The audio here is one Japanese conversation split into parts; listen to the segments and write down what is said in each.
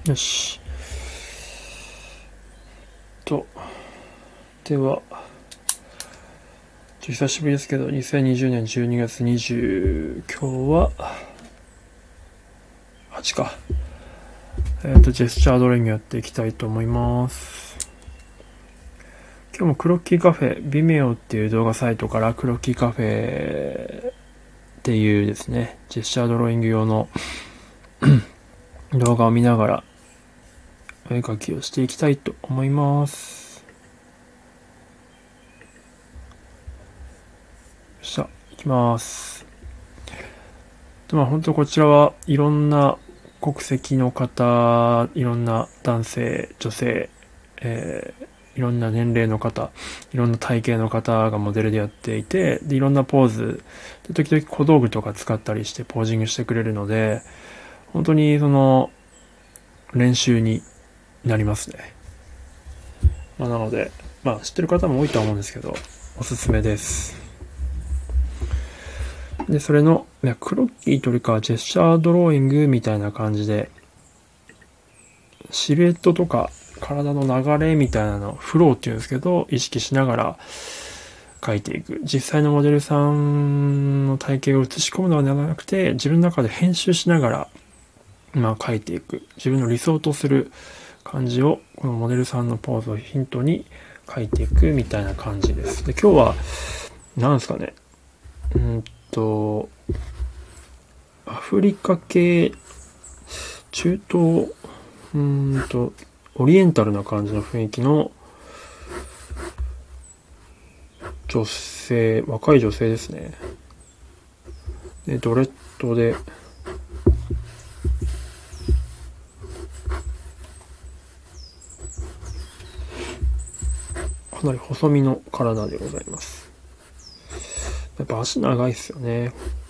よし。では、久しぶりですけど、2020年12月20、今日は、8か。ジェスチャードローイングやっていきたいと思います。今日もクロッキーカフェ、Vimeoっていう動画サイトからクロッキーカフェっていうですね、ジェスチャードローイング用の動画を見ながら、お絵描きをしていきたいと思います。行きます。本当こちらはいろんな国籍の方、いろんな男性、女性、いろんな年齢の方、いろんな体型の方がモデルでやっていて、でいろんなポーズで、時々小道具とか使ったりしてポージングしてくれるので、本当にその練習になりますね。なので、知ってる方も多いとは思うんですけど、おすすめです。で、それの、クロッキーというか、ジェスチャードローイングみたいな感じで、シルエットとか、体の流れみたいなの、フローっていうんですけど、意識しながら描いていく。実際のモデルさんの体型を映し込むのではなくて、自分の中で編集しながら、描いていく。自分の理想とする感じを、このモデルさんのポーズをヒントに描いていくみたいな感じです。で、今日は、なんですかね。アフリカ系、中東、オリエンタルな感じの雰囲気の女性、若い女性ですね。で、ドレッドで、かなり細身の体でございます。やっぱ足長いっすよね。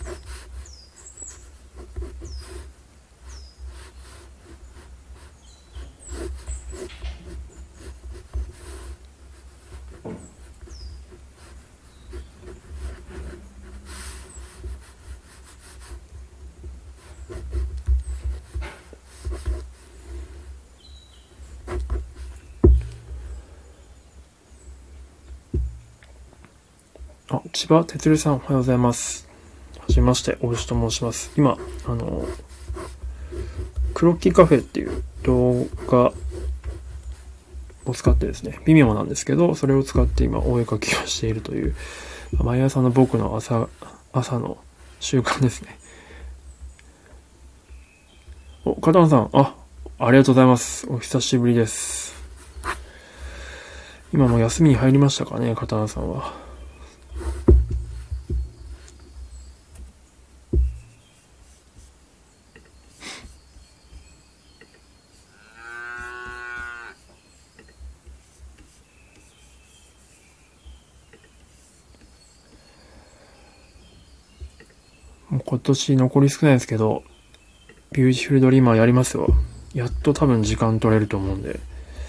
千葉哲さんおはようございます。はじめまして、大石と申します。今、クロッキーカフェっていう動画を使ってですね、微妙なんですけど、それを使って今、お絵描きをしているという、毎朝の僕の朝の習慣ですね。片野さん、ありがとうございます。お久しぶりです。今も休みに入りましたかね、片野さんは。もう今年残り少ないですけど、ビューティフルドリーマーやりますよ。やっと多分時間取れると思うんで。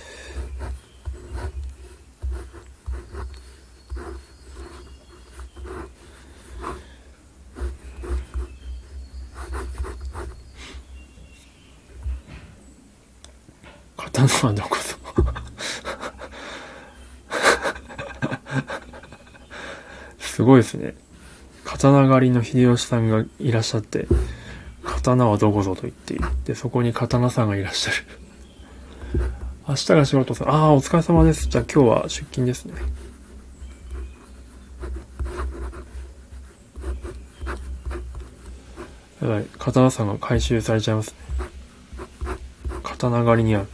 刀はどこぞすごいですね。刀狩りの秀吉さんがいらっしゃって、刀はどこぞと言っている。で、そこに刀さんがいらっしゃる。明日が仕事さん。お疲れ様です。じゃあ今日は出勤ですね。やばい、刀さんが回収されちゃいますね。刀狩りにある。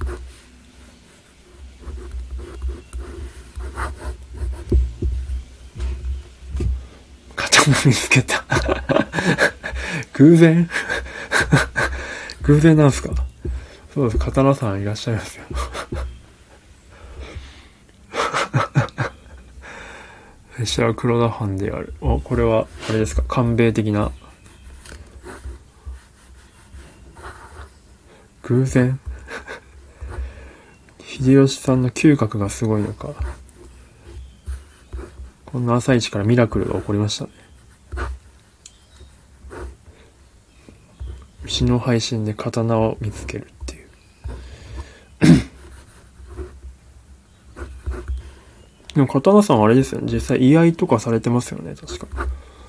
刀見つけた。偶然偶然なんすか？そうです。刀さんいらっしゃいますよ。私は黒田藩である。これは、あれですか？官兵衛的な。偶然秀吉さんの嗅覚がすごいのか。こんな朝一からミラクルが起こりましたね。牛の配信で刀を見つけるっていう。 でも、刀さんはあれですよね。実際、居合とかされてますよね、確か。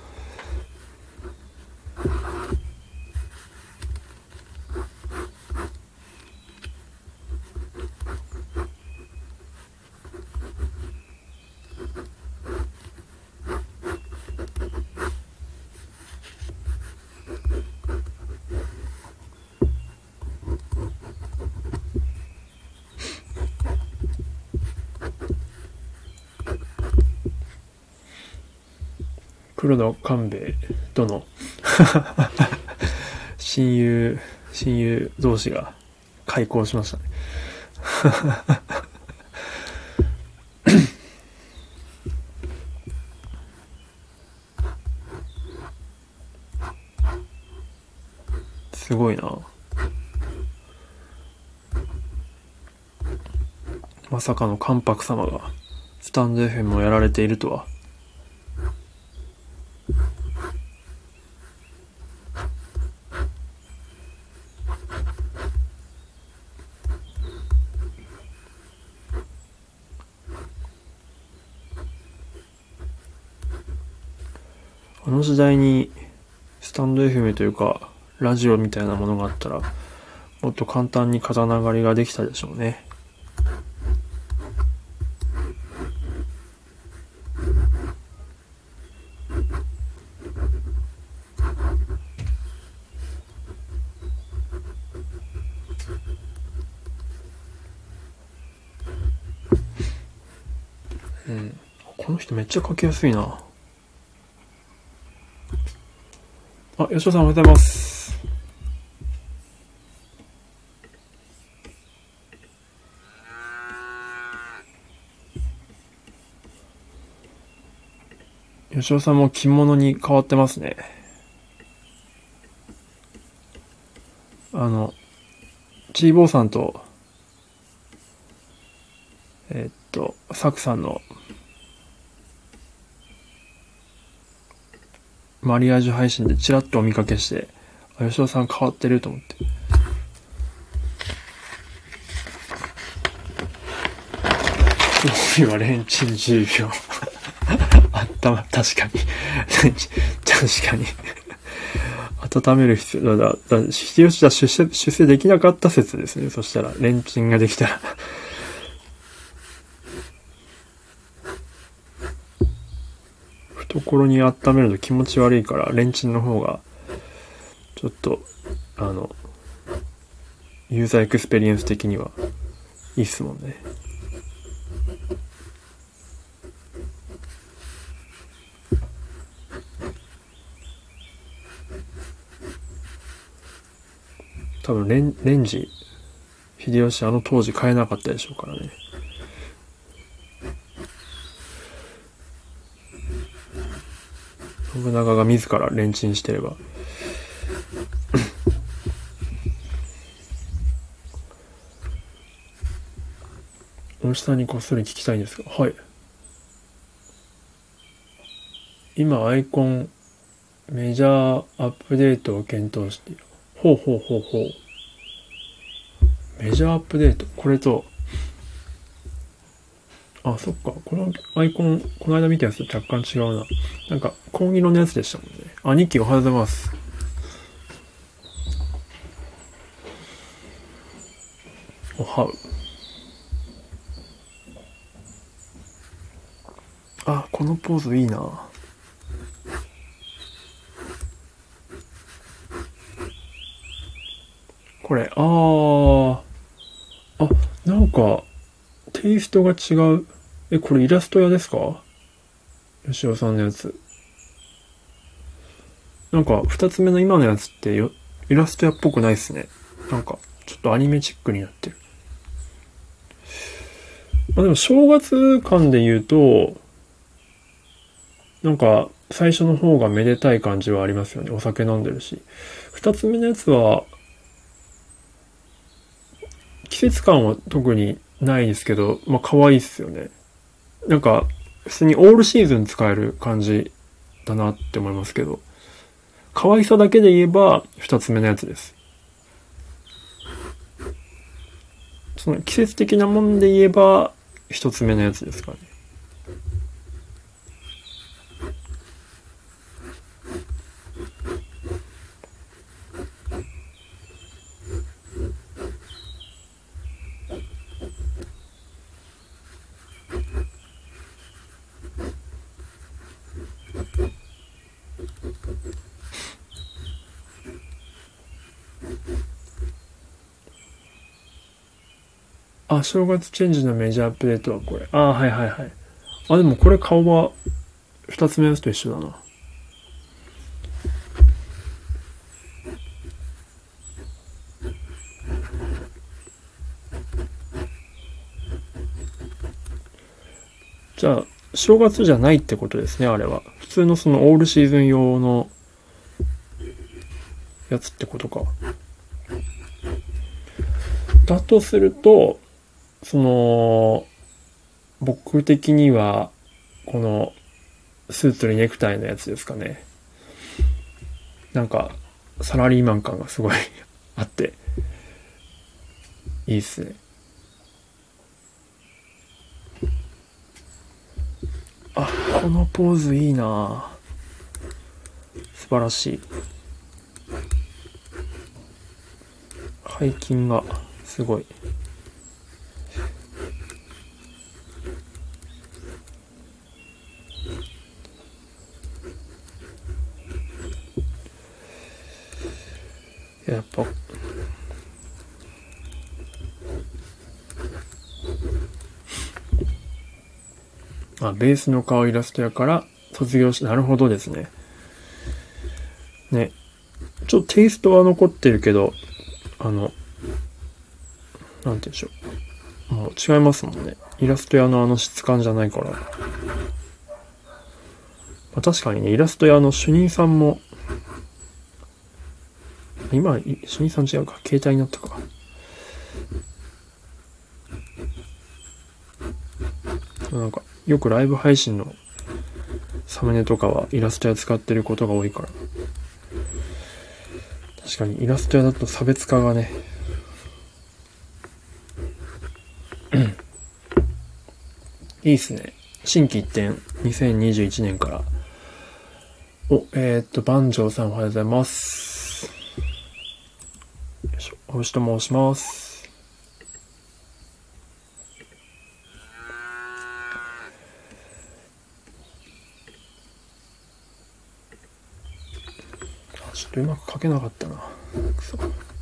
黒田官兵衛との親友同士が開口しましたね。すごいな。まさかの関白様がスタンド FM をやられているとは。あの時代にスタンド FM というかラジオみたいなものがあったらもっと簡単に刀狩りができたでしょうね。うん。この人めっちゃ書きやすいな。あ、吉尾さんおはようございます。吉尾さんも着物に変わってますね。ちーぼーさんと、サクさんのマリアージュ配信でチラッとお見かけして、吉尾さん変わってると思って。今レンチン10秒。確かに。確かに。温める必要だ。秀吉は出世できなかった説ですね。そしたら、レンチンができたら。懐に温めると気持ち悪いから、レンチンの方が、ちょっと、ユーザーエクスペリエンス的にはいいっすもんね。多分レンジ、秀吉当時買えなかったでしょうからね。信長が自らレンチンしてれば。おじさんにこっそり聞きたいんですが、はい。今アイコンメジャーアップデートを検討している。ほう。メジャーアップデート。これと、あ、そっか。このアイコン、この間見たやつと若干違うな。なんか、紺色のやつでしたもんね。あ、ニッキーおはようございます。おはう。あ、このポーズいいな。これ、なんか、テイストが違う。これイラスト屋ですか？吉尾さんのやつ。なんか、二つ目の今のやつってイラスト屋っぽくないっすね。なんか、ちょっとアニメチックになってる。まあでも、正月感で言うと、なんか、最初の方がめでたい感じはありますよね。お酒飲んでるし。二つ目のやつは、季節感は特にないですけど、まあ可愛いっすよね。なんか、普通にオールシーズン使える感じだなって思いますけど、可愛さだけで言えば、二つ目のやつです。その季節的なもんで言えば、一つ目のやつですかね。 あ、正月チェンジのメジャーアップデートはこれ。あ、はいはいはい。あ、でもこれ顔は二つ目のやつと一緒だな。じゃあ、正月じゃないってことですね、あれは。普通のそのオールシーズン用のやつってことか。だとすると、その、僕的には、この、スーツにネクタイのやつですかね。なんか、サラリーマン感がすごいあって、いいっすね。あ、このポーズいいな素晴らしい。背筋がすごい。やっぱベースの顔イラストやから卒業し、なるほどですね。ね。ちょっとテイストは残ってるけど、なんて言うんでしょう。もう違いますもんね。イラスト屋の質感じゃないから。確かにね、イラスト屋の主任さんも、今、主任さん違うか。携帯になったか。なんか、よくライブ配信のサムネとかはイラスト屋使ってることが多いから。確かにイラスト屋だと差別化がね、いいっすね。新規一転、2021年から。番長さんおはようございます。よいしょ、星と申します。ちょっとうまく書けなかったな。くそ。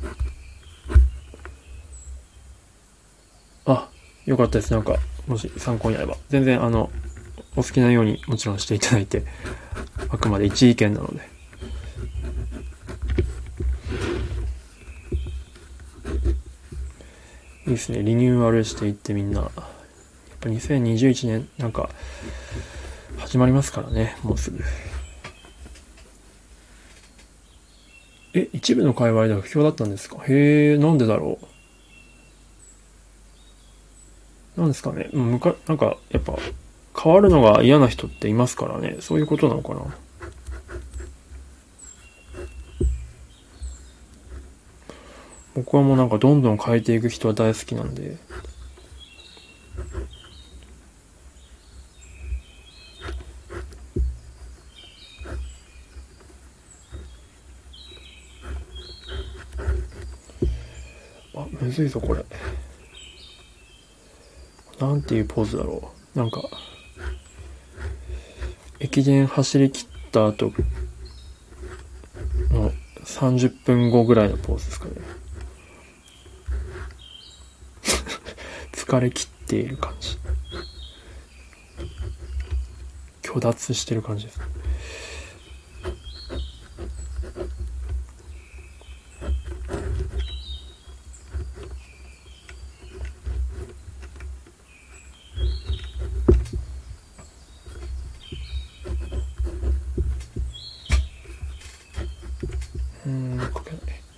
あ、よかったです。なんか、もし参考になれば。全然お好きなようにもちろんしていただいて、あくまで一意見なので。いいですね。リニューアルしていってみんな。やっぱ2021年なんか、始まりますからね。もうすぐ。一部の界隈では不評だったんですか？へえ、なんでだろう。なんですかね。なんか、やっぱ、変わるのが嫌な人っていますからね。そういうことなのかな。僕はもうなんかどんどん変えていく人は大好きなんで。むずいぞこれ。なんていうポーズだろう。なんか、駅伝走り切った後の30分後ぐらいのポーズですかね。疲れ切っている感じ。虚脱してる感じです。書けない。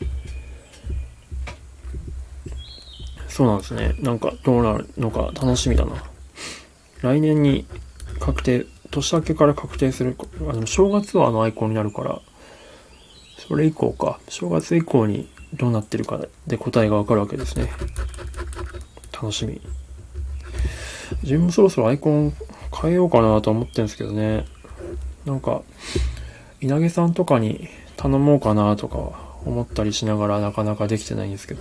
そうなんですね。なんかどうなるのか楽しみだな。来年に確定、年明けから確定する。正月はアイコンになるから、それ以降か。正月以降にどうなってるかで答えがわかるわけですね。楽しみ。自分もそろそろアイコン変えようかなと思ってるんですけどね。なんか、稲毛さんとかに頼もうかなとか思ったりしながらなかなかできてないんですけど。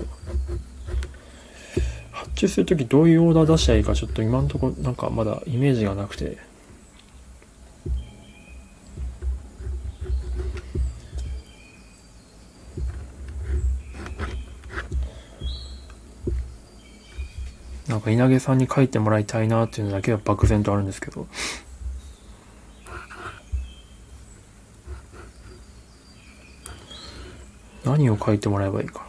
発注するときどういうオーダー出したらいいかちょっと今のところなんかまだイメージがなくて。 か稲毛さんに描いてもらいたいなっていうのだけは漠然とあるんですけど、何を描いてもらえばいいか。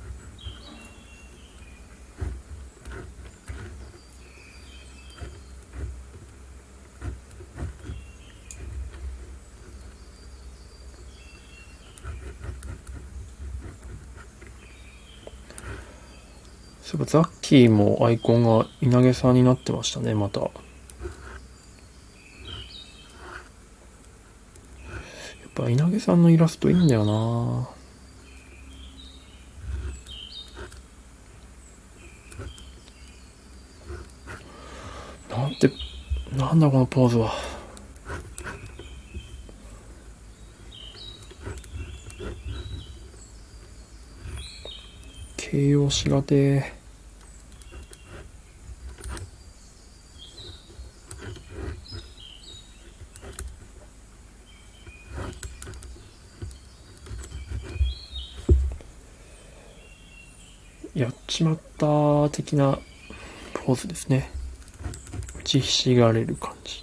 そういえばザッキーもアイコンが稲毛さんになってましたね、また。やっぱ稲毛さんのイラストいいんだよな。なんだこのポーズは。形容しがてやっちまった的なポーズですね。打ちひしがれる感じ。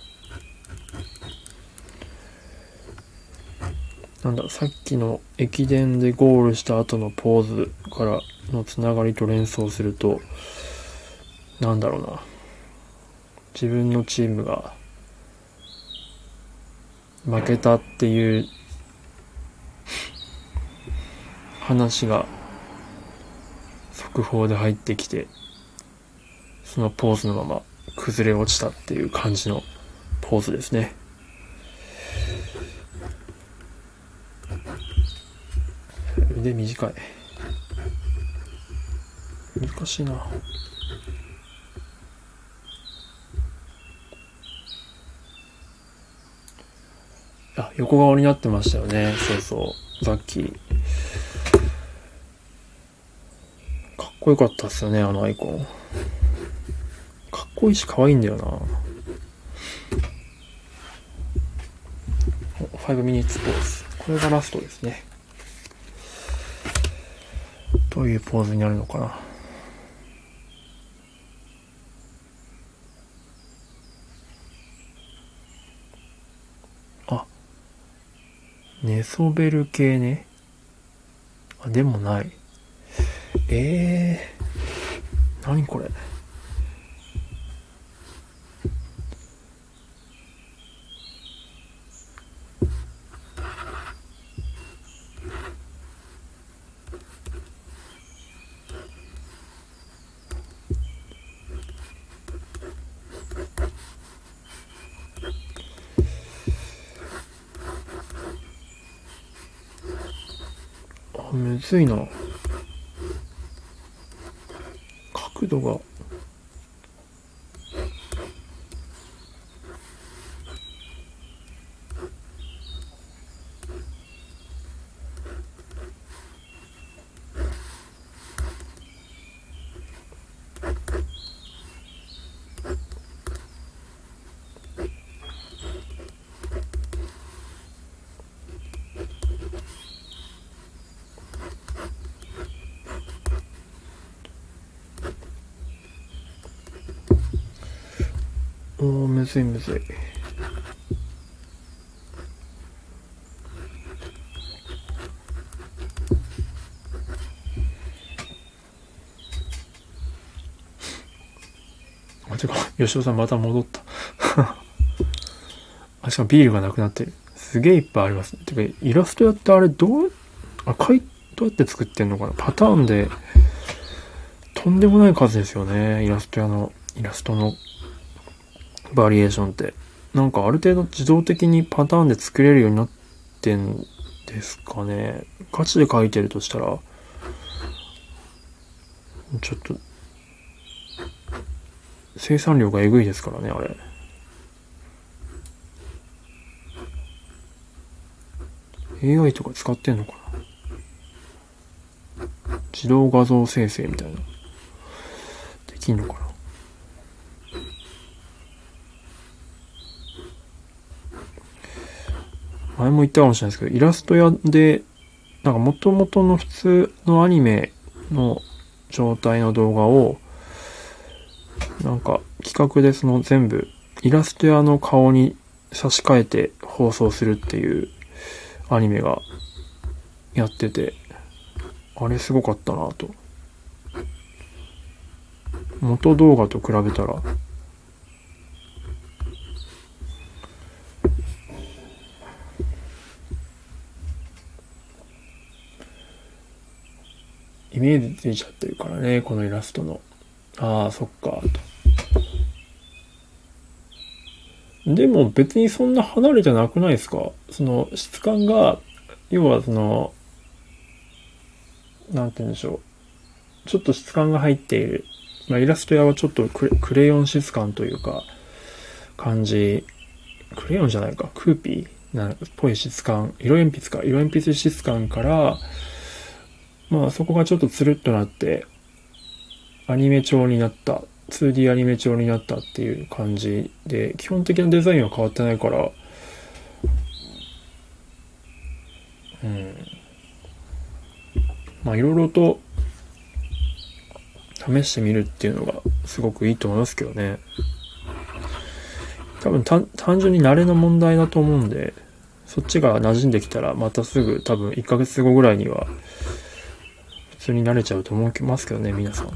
なんだ、さっきの駅伝でゴールした後のポーズからのつながりと連想すると、なんだろうな。自分のチームが負けたっていう話が速報で入ってきて、そのポーズのまま崩れ落ちたっていう感じのポーズですね。腕短い。難しいな。あ、横顔になってましたよね。そうそう。ザッキー。かっこよかったっすよね、あのアイコン。かっこいいし可愛いんだよな。5 minutes ポーズ。これがラストですね。どういうポーズになるのかな。あ、寝そべる系ね。あ、でもない。何これ。むずいな。角度が。むずいむずい。あ、てか、吉尾さんまた戻った。あ、しかもビールがなくなってる。すげえいっぱいありますね。てか、イラストやってあれどうやって作ってんのかな。パターンで、とんでもない数ですよね。イラストのバリエーションって。なんかある程度自動的にパターンで作れるようになってんですかね。ガチで書いてるとしたら、ちょっと、生産量がえぐいですからね、あれ。AI とか使ってんのかな。自動画像生成みたいな。できんのかな。前も言ったかもしれないですけど、イラスト屋で、なんか元々の普通のアニメの状態の動画を、 なんか企画でその全部イラスト屋の顔に差し替えて放送するっていうアニメがやってて、あれすごかったなと。元動画と比べたらイメージついちゃってるからね、このイラストの。ああ、そっかと。でも別にそんな離れてなくないですか？その質感が、要はその、なんて言うんでしょう。ちょっと質感が入っている。まあ、イラスト屋はちょっとクレヨン質感というか、感じ。クレヨンじゃないか。クーピーなっぽい質感。色鉛筆か。色鉛筆質感から、まあそこがちょっとつるっとなって、アニメ調になった。2D アニメ調になったっていう感じで、基本的なデザインは変わってないから、まあいろいろと試してみるっていうのがすごくいいと思いますけどね。多分単純に慣れの問題だと思うんで、そっちが馴染んできたらまたすぐ多分1ヶ月後ぐらいには普通に慣れちゃうと思いますけどね、皆さん。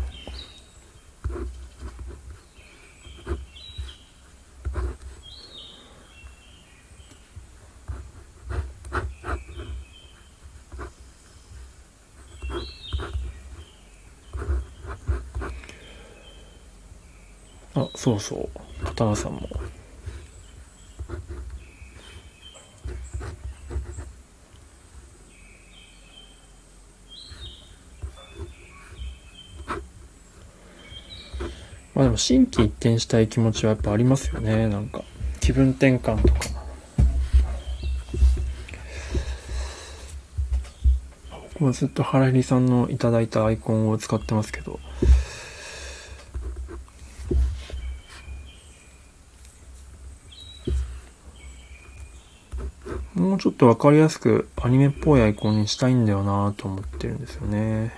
あ、そうそう。刀さんも。まあでも心機一転したい気持ちはやっぱありますよね。なんか気分転換とか。僕もずっと原入さんのいただいたアイコンを使ってますけど、もうちょっとわかりやすくアニメっぽいアイコンにしたいんだよなと思ってるんですよね。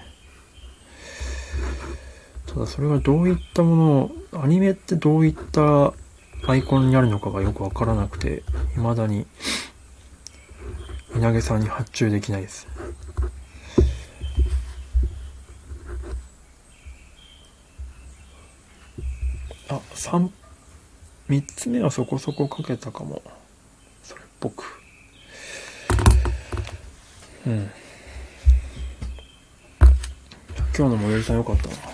ただそれがどういったもの、アニメってどういったアイコンになるのかがよくわからなくて、未だに稲毛さんに発注できないです。あ、3つ目はそこそこかけたかも。それっぽく。今日のモデルさん良かったな。ちょ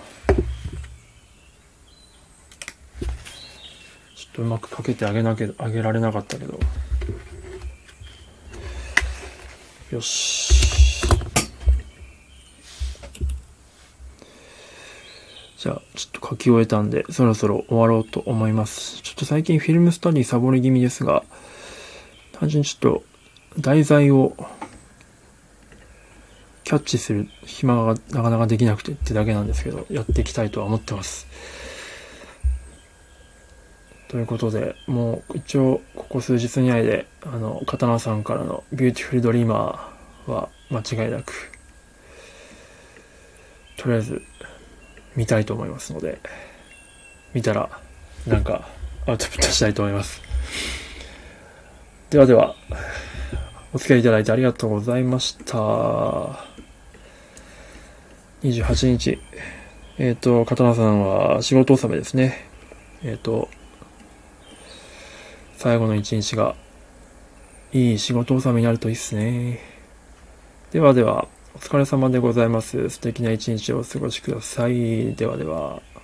っとうまくかけてあげられなかったけど。よし。じゃあ、ちょっと書き終えたんで、そろそろ終わろうと思います。ちょっと最近フィルムスタディサボり気味ですが、単純にちょっと題材をキャッチする暇がなかなかできなくてってだけなんですけど、やっていきたいとは思ってます。ということで、もう一応ここ数日以内で、刀さんからのビューティフルドリーマーは間違いなく、とりあえず見たいと思いますので、見たらなんかアウトプットしたいと思います。ではでは、お付き合いいただいてありがとうございました。28日。刀さんは仕事納めですね。最後の一日がいい仕事納めになるといいっすね。ではでは、お疲れ様でございます。素敵な一日をお過ごしください。ではでは。